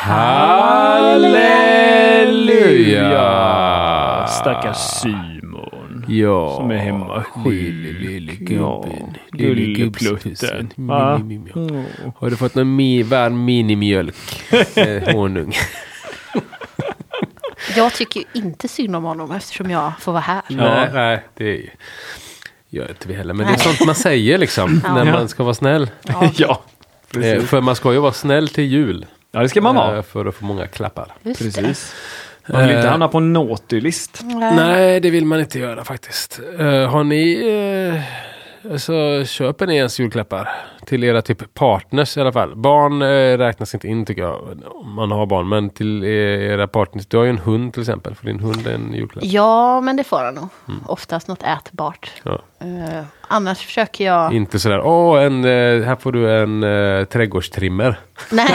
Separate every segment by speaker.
Speaker 1: Halleluja! Stackars Simon.
Speaker 2: Ja.
Speaker 1: Som är hemma sjuk.
Speaker 2: Lillegubben.
Speaker 1: Gulleplutten.
Speaker 2: Har du fått någon varm minimjölk? Honung.
Speaker 3: Jag tycker ju inte synd om honom eftersom jag får vara här.
Speaker 2: Nej, det gör inte vi heller. Men det är sånt man säger liksom. När man ska vara snäll.
Speaker 1: Ja, precis.
Speaker 2: För man ska ju vara snäll till jul.
Speaker 1: Ja, det ska man vara.
Speaker 2: För att få många klappar.
Speaker 1: Precis. Man vill inte hamna på en naughty-list.
Speaker 2: Nej, det vill man inte göra faktiskt. Har ni... Så köper ni ens julklappar till era typ partners i alla fall. Barn räknas inte in tycker jag om man har barn. Men till era partners, du har ju en hund till exempel. För din hund är en julklapp.
Speaker 3: Ja, men det får han nog. Oftast något ätbart.
Speaker 2: Ja.
Speaker 3: Annars försöker jag...
Speaker 2: Inte sådär, här får du en trädgårdstrimmer.
Speaker 3: Nej.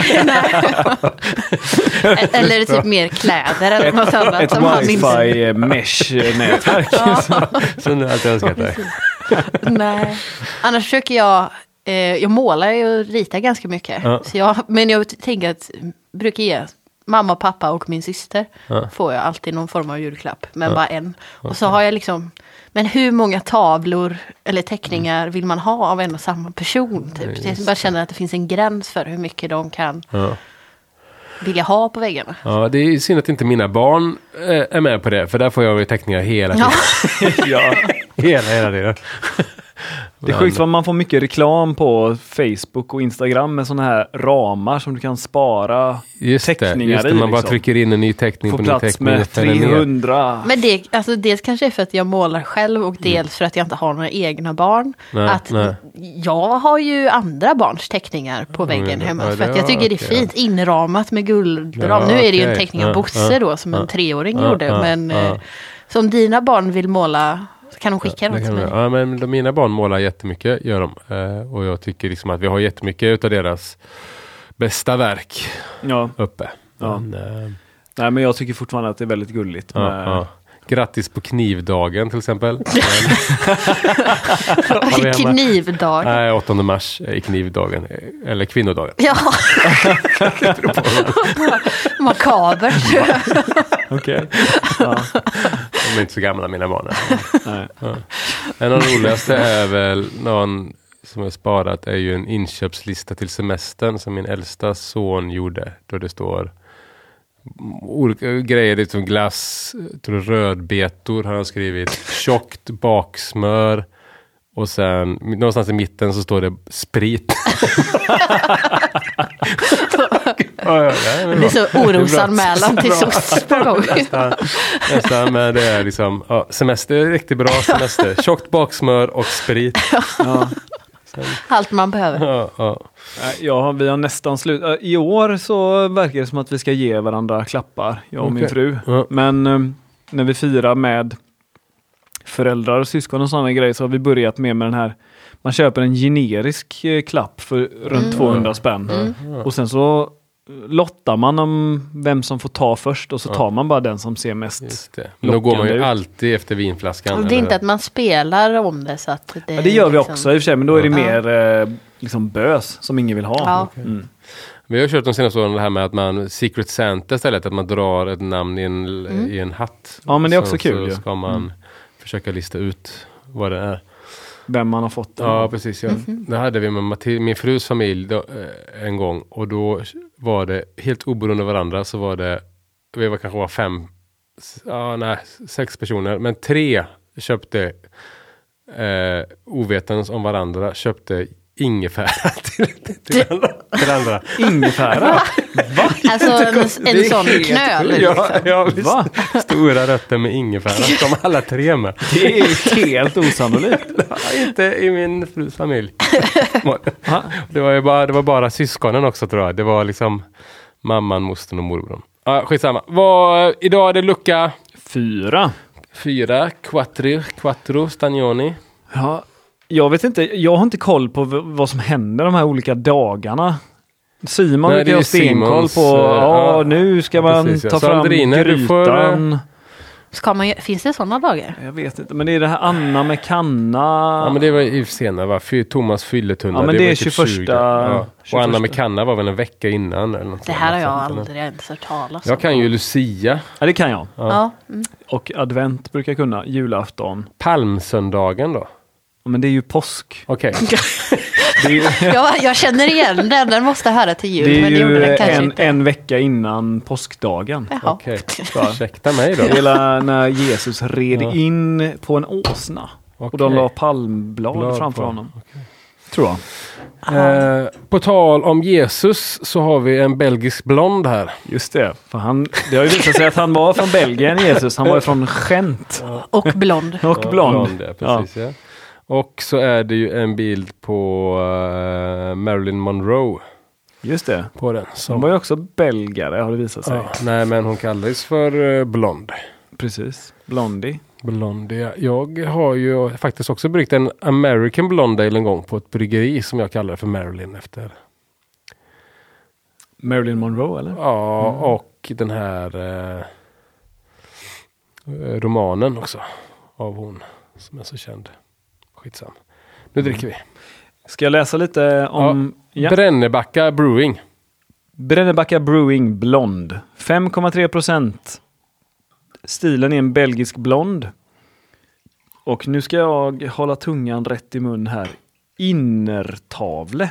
Speaker 3: Eller typ mer kläder eller något annat.
Speaker 1: Ett wifi mesh-nätverk.
Speaker 2: Så nu har jag önskat dig.
Speaker 3: Nej. Annars försöker jag målar ju och ritar ganska mycket. Så men jag tänker att brukar ge mamma, pappa och min syster får jag alltid någon form av julklapp. Men bara en. Och så har jag liksom... Men hur många tavlor eller teckningar vill man ha av en och samma person? Typ? Jag bara känner att det finns en gräns för hur mycket de kan vilja ha på väggarna.
Speaker 2: Ja, det är synd att inte mina barn är med på det. För där får jag ju teckningar hela tiden.
Speaker 1: Ja.
Speaker 2: hela tiden.
Speaker 1: Det är sjukt för man får mycket reklam på Facebook och Instagram med såna här ramar som du kan spara teckningar i.
Speaker 2: Man bara trycker in en ny teckning
Speaker 1: på
Speaker 2: ny
Speaker 1: plats
Speaker 2: teckning.
Speaker 1: med 300.
Speaker 3: Men dels kanske är för att jag målar själv och dels för att jag inte har några egna barn. Jag har ju andra barns teckningar på väggen hemma för att jag tycker det är fint inramat med guldram. Nu är det ju en teckning av Bosse då som en 3-åring gjorde. Men som dina barn vill måla kan de skicka dem till mig?
Speaker 2: Ja, men mina barn målar jättemycket, gör de. Och jag tycker liksom att vi har jättemycket av deras bästa verk uppe.
Speaker 1: Ja. Nej, men jag tycker fortfarande att det är väldigt gulligt.
Speaker 2: Grattis på knivdagen till exempel.
Speaker 3: Knivdag?
Speaker 2: Nej, 8 mars är knivdagen. Eller kvinnodagen.
Speaker 3: Ja. Makabert.
Speaker 1: Okej.
Speaker 2: De är inte så gamla mina barn. En av de roligaste är väl någon som jag sparat är ju en inköpslista till semestern som min äldsta son gjorde. Då det står olika grejer, det är som glass, rödbetor har han skrivit, tjockt baksmör och sen någonstans i mitten så står det sprit.
Speaker 3: Det är så orosanmälan till SOS på gång.
Speaker 2: Nästan, men det är liksom semester, riktigt bra semester. Tjockt baksmör och sprit.
Speaker 3: Allt man behöver.
Speaker 1: Ja, vi har nästan slut. I år så verkar det som att vi ska ge varandra klappar, jag och min fru. Men när vi firar med föräldrar och syskon och sådana grejer så har vi börjat med den här. Man köper en generisk klapp för runt 200 spänn. Och sen så lottar man om vem som får ta först och så tar man bara den som ser mest lockande.
Speaker 2: Då går man ju alltid efter vinflaskan.
Speaker 3: Det är inte att man spelar om det så att det
Speaker 1: det gör vi
Speaker 3: liksom...
Speaker 1: också i och för sig, men då är det mer liksom bös som ingen vill ha.
Speaker 3: Ja.
Speaker 2: Vi har kört de senaste åren det här med att man Secret Santa istället, att man drar ett namn i en hatt.
Speaker 1: Ja, men det är också kul.
Speaker 2: Så ska man försöka lista ut vad det är.
Speaker 1: Vem man har fått den.
Speaker 2: Ja, precis. Ja. Det hade vi med min frus familj en gång. Och då var det helt oberoende av varandra så var det, vi kanske var 6 personer. Men 3 köpte ovetande om varandra, köpte ingefära till andra.
Speaker 1: Ingefära? Va?
Speaker 3: Alltså en sån knöl.
Speaker 2: Liksom. Ja, visst. Stora rötter med ingefära. De alla 3 med.
Speaker 1: Det är helt osannolikt.
Speaker 2: Inte i min frus familj. Det var bara syskonen också tror jag. Det var liksom mamman, mostern och morbrorn. Skitsamma. Idag är det lucka
Speaker 1: 4.
Speaker 2: Quattro Stagnoni.
Speaker 1: Ja, jag vet inte. Jag har inte koll på vad som händer de här olika dagarna. Simon har stenkoll på. Nu ska man ta fram grytan.
Speaker 3: Finns det sådana dagar?
Speaker 1: Jag vet inte, men det är det här Anna med kanna.
Speaker 2: Ja, men det var ju senare, va? Thomas Fylletunna.
Speaker 1: Ja, men det är 21.
Speaker 2: Ja. Och Anna med kanna var väl en vecka innan. Eller något
Speaker 3: det här har jag aldrig ens hört talas om.
Speaker 2: Jag kan ju Lucia.
Speaker 1: Ja, det kan jag.
Speaker 3: Ja.
Speaker 1: Och advent brukar jag kunna, julafton.
Speaker 2: Palmsöndagen då?
Speaker 1: Ja, men det är ju påsk.
Speaker 2: Okej.
Speaker 3: Jag känner igen den måste höra till jul.
Speaker 1: Det är
Speaker 3: men
Speaker 1: ju
Speaker 3: det kanske inte.
Speaker 1: en vecka innan påskdagen.
Speaker 2: Okej, ursäkta mig då.
Speaker 1: Hela när Jesus red in på en åsna. Och de la palmblad framför honom. Okay. Tror jag.
Speaker 2: På tal om Jesus så har vi en belgisk blond här.
Speaker 1: Just det, för det har ju visat sig att han var från Belgien, Jesus. Han var från Gent.
Speaker 3: Och blond.
Speaker 1: Och blond.
Speaker 2: Ja, precis, ja. Och så är det ju en bild på Marilyn Monroe.
Speaker 1: Just det.
Speaker 2: På den.
Speaker 1: Hon var ju också belgare, har det visat sig.
Speaker 2: Nej, men hon kallades för blond.
Speaker 1: Precis. Blondie.
Speaker 2: Blondie. Jag har ju faktiskt också bryggt en American Blonde Ale en gång på ett bryggeri som jag kallar för Marilyn efter.
Speaker 1: Marilyn Monroe, eller?
Speaker 2: Ja, och den här romanen också av hon som är så känd. Skitsam. Nu dricker vi.
Speaker 1: Ska jag läsa lite om...
Speaker 2: Ja. Brännebacka Brewing.
Speaker 1: Brännebacka Brewing Blond. 5,3%. Stilen är en belgisk blond. Och nu ska jag hålla tungan rätt i mun här. Innertavle,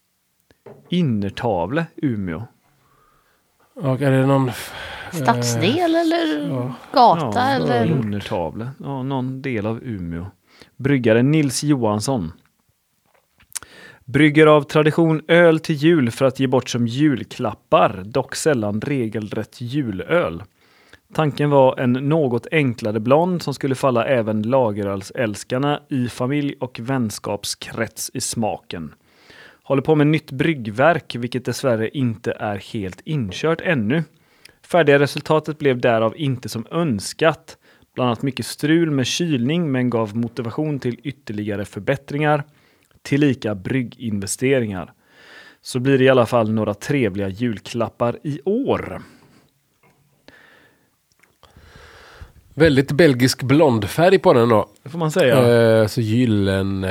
Speaker 1: Umeå.
Speaker 2: Och är det någon...
Speaker 3: Stadsdel eller gata? Eller?
Speaker 1: Innertavle. Ja, någon del av Umeå. Bryggare Nils Johansson. Brygger av tradition öl till jul för att ge bort som julklappar. Dock sällan regelrätt julöl. Tanken var en något enklare blond som skulle falla även lagerölsälskarna i familj- och vänskapskrets i smaken. Håller på med nytt bryggverk, vilket dessvärre inte är helt inkört ännu. Färdiga resultatet blev därav inte som önskat. Bland annat mycket strul med kylning, men gav motivation till ytterligare förbättringar. Tillika brygginvesteringar. Så blir det i alla fall några trevliga julklappar i år.
Speaker 2: Väldigt belgisk blondfärg på den då.
Speaker 1: Det får man säga.
Speaker 2: Så gyllen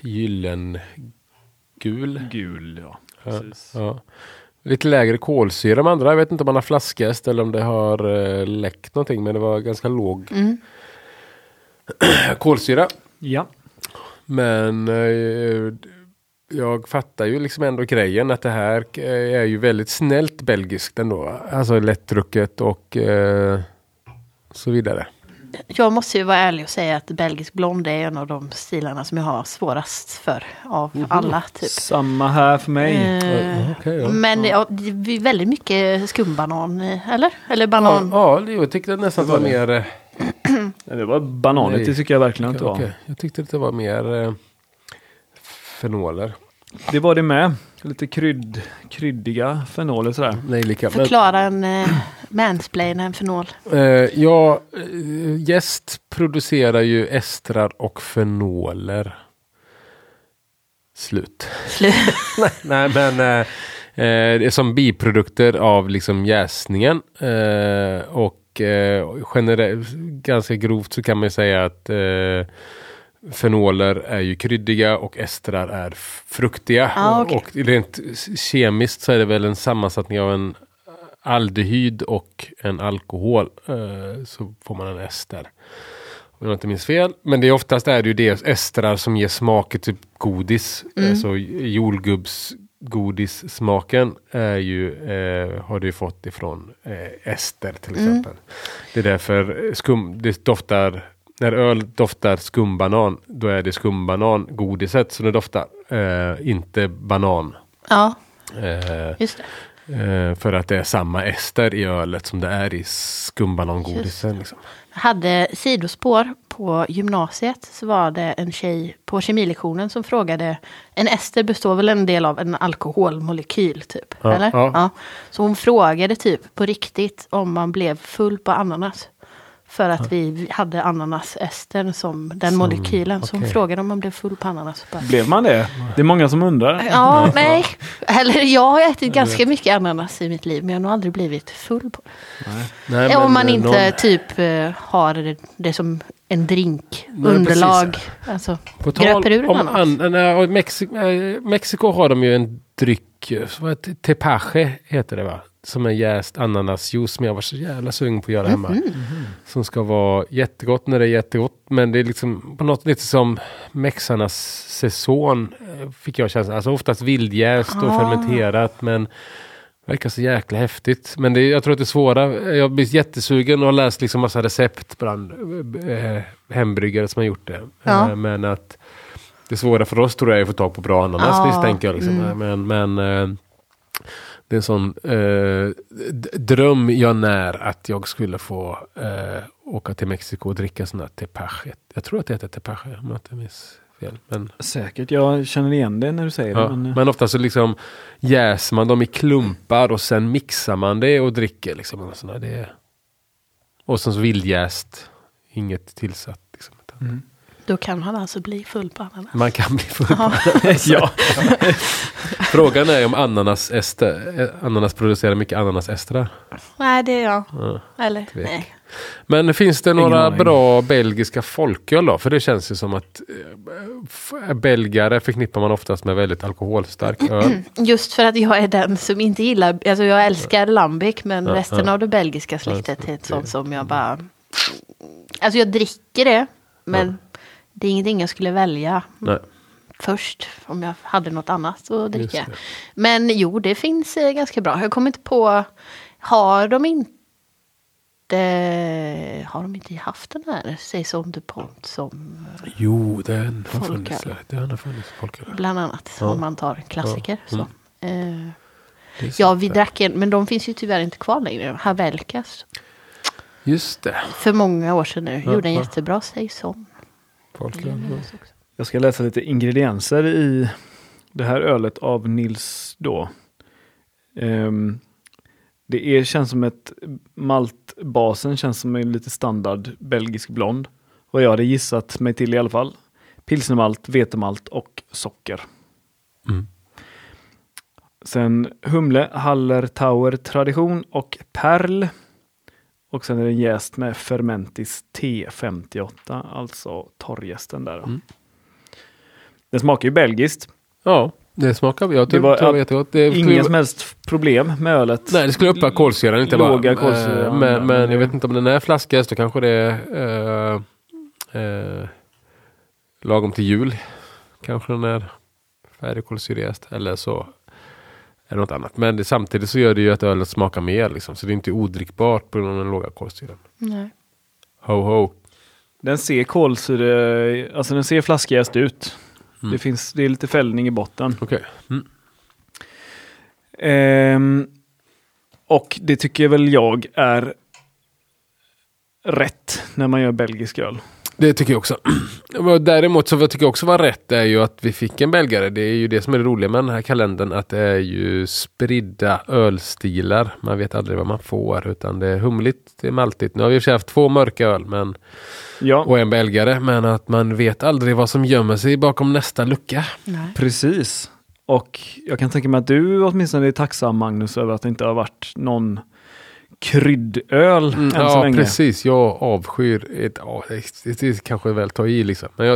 Speaker 2: gul.
Speaker 1: Gul, ja. Precis.
Speaker 2: Ja. Lite lägre kolsyra med andra. Jag vet inte om man har flaskäst eller om det har läckt någonting. Men det var ganska låg kolsyra.
Speaker 1: Ja.
Speaker 2: Men jag fattar ju liksom ändå grejen att det här är ju väldigt snällt belgiskt ändå. Alltså lättdrucket och så vidare.
Speaker 3: Jag måste ju vara ärlig och säga att belgisk blond är en av de stilarna som jag har svårast för av alla. Typ.
Speaker 1: Samma här för mig.
Speaker 3: Men det är väldigt mycket skumbanan, eller? Eller banan?
Speaker 2: Ja, jag tyckte nästan det var mer...
Speaker 1: Det var bananigt, det tycker jag verkligen inte var.
Speaker 2: Okay. Jag tyckte det var mer fenoler.
Speaker 1: Det var det med. Lite kryddiga fenoler sådär.
Speaker 2: Nej,
Speaker 3: förklara en mansplainer, en fenol.
Speaker 2: Jäst producerar ju estrar och fenoler. Slut. Nej, men det är som biprodukter av liksom jäsningen. Och ganska grovt så kan man säga att fenoler är ju kryddiga och estrar är fruktiga.
Speaker 3: Okay.
Speaker 2: Och rent kemiskt så är det väl en sammansättning av en aldehyd och en alkohol. Så får man en ester. Om jag inte minns fel. Men det är oftast är det ju det estrar som ger smak typ godis. Alltså jordgubbsgodissmaken är ju, har du fått ifrån ester till exempel. Det är därför det doftar. När öl doftar skumbanan, då är det skumbanan godiset som det doftar. Inte banan.
Speaker 3: Ja, just det.
Speaker 2: För att det är samma ester i ölet som det är i skumbanangodisen. Liksom.
Speaker 3: Hade sidospår på gymnasiet så var det en tjej på kemilektionen som frågade, en ester består väl en del av en alkoholmolekyl typ, eller? Ja. Så hon frågade typ på riktigt om man blev full på ananas. För att vi hade ananasester som den molekylen som frågade om man blev full på ananas.
Speaker 1: Blev man det? Det är många som undrar.
Speaker 3: Ja, nej. Eller jag har ätit ganska mycket ananas i mitt liv, men jag har nog aldrig blivit full på det. Nej, om man inte typ har det som en drink, underlag. Alltså, gröper ur ananas.
Speaker 2: Mexiko har de ju en dryck, tepache heter det va? Som är jäst ananasjuice som jag var så jävla sugen på att göra hemma. Som ska vara jättegott när det är jättegott. Men det är liksom på något lite som mexarnas säsong fick jag känsla. Alltså oftast vildjäst och fermenterat, men verkar så jäkla häftigt. Men jag tror att det är svåra. Jag blir jättesugen och har läst liksom massa recept bland hembryggare som har gjort det. Men att det svåra för oss tror jag är att få tag på bra ananas, misstänker jag. Liksom. Men det är en sån dröm jag när att jag skulle få åka till Mexiko och dricka sån här tepache. Jag tror att det heter tepache, om jag inte minns fel. Men
Speaker 1: säkert, jag känner igen det när du säger det.
Speaker 2: Men ofta så liksom jäser man dem i klumpar och sen mixar man det och dricker. Liksom, och såna, och sen så vildjäst, inget tillsatt. Liksom.
Speaker 3: Då kan man alltså bli full på ananas.
Speaker 2: Man kan bli full på ananas. Ja. Frågan är om ananas producerar mycket ananasestrar.
Speaker 3: Nej, det är jag. Eller nej.
Speaker 2: Men finns det några bra belgiska folköl då? För det känns ju som att belgare förknippar man oftast med väldigt alkoholstark öl.
Speaker 3: Just för att jag är den som inte gillar, alltså jag älskar lambic, men resten av det belgiska släktet är ett sånt som jag bara, alltså jag dricker det, men det är ingenting jag skulle välja först om jag hade något annat att dricka. Men jo, det finns ganska bra. Jag kommer inte på, har de inte haft den här Saison DuPont som
Speaker 2: den har funnits folköl.
Speaker 3: Bland annat, om man tar klassiker. Så. Ja, vi drack en, men de finns ju tyvärr inte kvar längre. Havelkas.
Speaker 2: Just det.
Speaker 3: För många år sedan nu. Gjorde en jättebra Saison.
Speaker 1: Jag ska läsa lite ingredienser i det här ölet av Nils då. Det känns som ett maltbasen känns som en lite standard belgisk blond. Och jag hade gissat mig till i alla fall. Pilsnermalt, vetemalt och socker. Sen humle, Hallertauer tradition och perl. Och sen är det en jäst med Fermentis T58, alltså torrjästen där. Den smakar ju belgiskt.
Speaker 2: Ja, det smakar. Jag tror jättegott.
Speaker 1: Ingen som helst problem med ölet.
Speaker 2: Nej, det skulle uppa kolsyran, inte
Speaker 1: låga
Speaker 2: bara.
Speaker 1: Kolsyran,
Speaker 2: men jag vet inte om den är flaskas, då kanske det är lagom till jul. Kanske den är färdigkolsyrjäst, eller så är något annat. Men samtidigt så gör det ju att ölet smakar mer liksom, så det är inte odrickbart på grund av den låga kolsyran.
Speaker 3: Nej.
Speaker 2: Ho.
Speaker 1: Den ser kolsyra, alltså den ser flaskjäst ut. Det är lite fällning i botten.
Speaker 2: Okej.
Speaker 1: Och det tycker väl jag är rätt när man gör belgisk öl.
Speaker 2: Det tycker jag också. Däremot så tycker jag också var rätt är ju att vi fick en belgare. Det är ju det som är det roliga med den här kalendern, att det är ju spridda ölstilar. Man vet aldrig vad man får, utan det är humligt, det är maltigt. Nu har vi ju haft 2 mörka öl och en belgare, men att man vet aldrig vad som gömmer sig bakom nästa lucka.
Speaker 3: Nej.
Speaker 1: Precis. Och jag kan tänka mig att du åtminstone är tacksam, Magnus, över att det inte har varit någon kryddöl än så länge.
Speaker 2: Precis. Jag avskyr det kanske väl ta i liksom. Men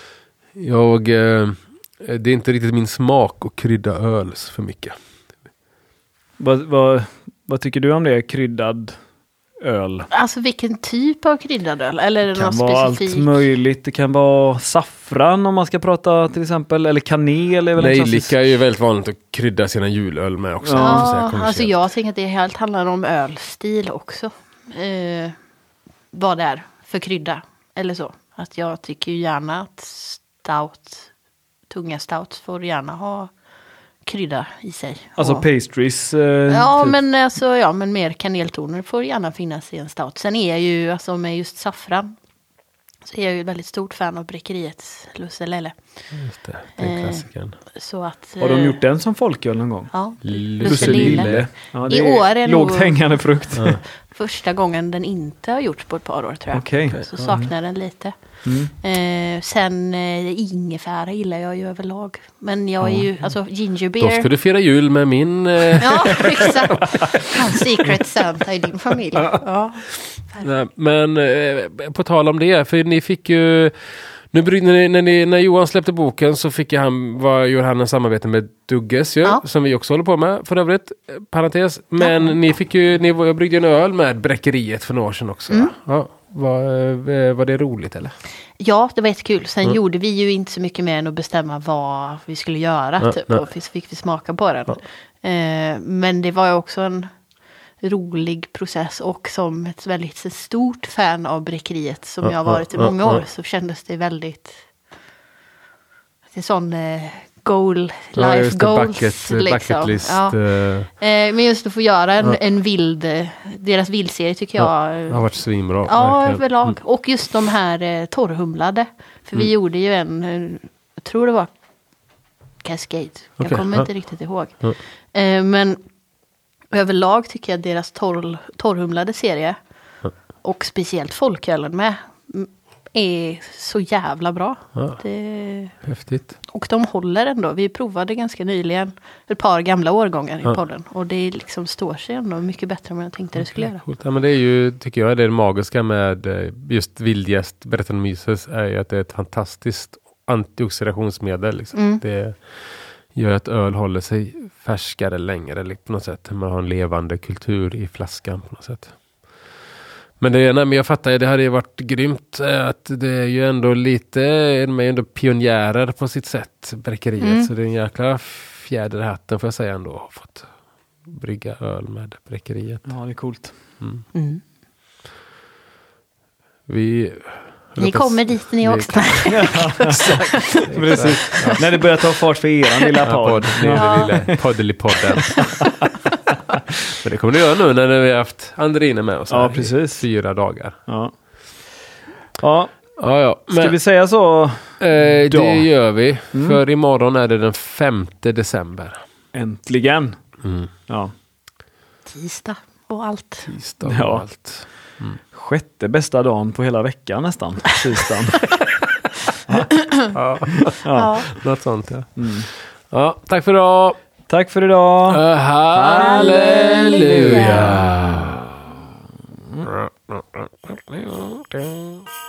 Speaker 2: det är inte riktigt min smak att krydda öl för mycket.
Speaker 1: Vad tycker du om det? Kryddad öl?
Speaker 3: Alltså vilken typ av kryddad öl? Eller är det
Speaker 1: kan
Speaker 3: något
Speaker 1: vara
Speaker 3: specifikt?
Speaker 1: Allt möjligt. Det kan vara saffran om man ska prata till exempel. Eller kanel.
Speaker 2: Nejlika är ju väldigt vanligt att krydda sina julöl med också.
Speaker 3: Alltså jag tänker att det helt handlar om ölstil också. Vad det är för krydda. Eller så. Att jag tycker ju gärna att tunga stouts får gärna ha krydda i sig.
Speaker 1: Alltså pastries.
Speaker 3: Typ. Men mer kaneltoner får gärna finnas i en stout. Sen är ju, alltså med just saffran, Så är jag ju ett väldigt stort fan av Bräckeriets Lusselelle.
Speaker 2: Just det, den klassikern.
Speaker 3: Så att,
Speaker 1: har de gjort den som folköl någon gång?
Speaker 3: Ja,
Speaker 1: Lusselille. Ja,
Speaker 3: i år är
Speaker 1: lågt hängande frukt.
Speaker 3: Ja. Första gången den inte har gjorts på ett par år, tror jag.
Speaker 1: Okay.
Speaker 3: Så saknar den lite. Sen ingefära gillar jag ju överlag. Men jag är ju, alltså ginger beer.
Speaker 2: Då ska du fira jul med min...
Speaker 3: Ja, exakt. Hans secret Santa i din familj. Ja.
Speaker 2: Nej, men på tal om det, för ni fick ju... När Johan släppte boken så gjorde han en samarbete med Dugges som vi också håller på med för övrigt, parentes. Men ni bryggde en öl med Bräckeriet för några år sedan också. Ja, var det roligt eller?
Speaker 3: Ja, det var jättekul. Sen gjorde vi ju inte så mycket mer än att bestämma vad vi skulle göra. Och fick vi smaka på den. Men det var ju också en rolig process, och som ett väldigt stort fan av Bräckeriet som jag har varit i många år, så kändes det väldigt sån life goals
Speaker 2: bucket list.
Speaker 3: Men just att få göra en deras vildserie tycker jag
Speaker 2: har varit svinbra.
Speaker 3: Ja, överlag. Och just de här torrhumlade, för vi gjorde ju jag tror det var Cascade, jag kommer inte riktigt ihåg, men överlag tycker jag att deras torrhumlade serie, och speciellt folkölen med, är så jävla bra.
Speaker 2: Ja. Häftigt.
Speaker 3: Och de håller ändå. Vi provade ganska nyligen ett par gamla årgångar i podden. Och det liksom står sig ändå mycket bättre än vad jag tänkte det skulle göra.
Speaker 2: Ja, men det är ju, tycker jag, det magiska med just vildgäst Brettanomyces är ju att det är ett fantastiskt antioxidationsmedel. Liksom. Det gör att öl håller sig färskare längre på något sätt. Man har en levande kultur i flaskan på något sätt. Men jag fattar, det hade ju varit grymt att det är ju ändå lite, de är ju ändå pionjärer på sitt sätt, Bräckeriet. Så det är en jäkla fjäder i hatten, får jag säga ändå, fått brygga öl med Bräckeriet.
Speaker 1: Ja, det är coolt.
Speaker 3: Ni kommer dit ni också.
Speaker 1: Precis. När det börjar ta fart för er lilla podd.
Speaker 2: Podden. Men det kommer du göra nu när vi har haft Andrine med oss.
Speaker 1: Ja, precis.
Speaker 2: 4 dagar.
Speaker 1: Ja. Ska vi säga så?
Speaker 2: Det gör vi. För imorgon är det den 5 december.
Speaker 1: Äntligen. Ja.
Speaker 3: Tisdag och allt.
Speaker 1: Sjätte bästa dagen på hela veckan nästan. Tisdagen.
Speaker 2: Något sånt, ja. Tack för idag.
Speaker 1: Tack för idag.
Speaker 2: Halleluja.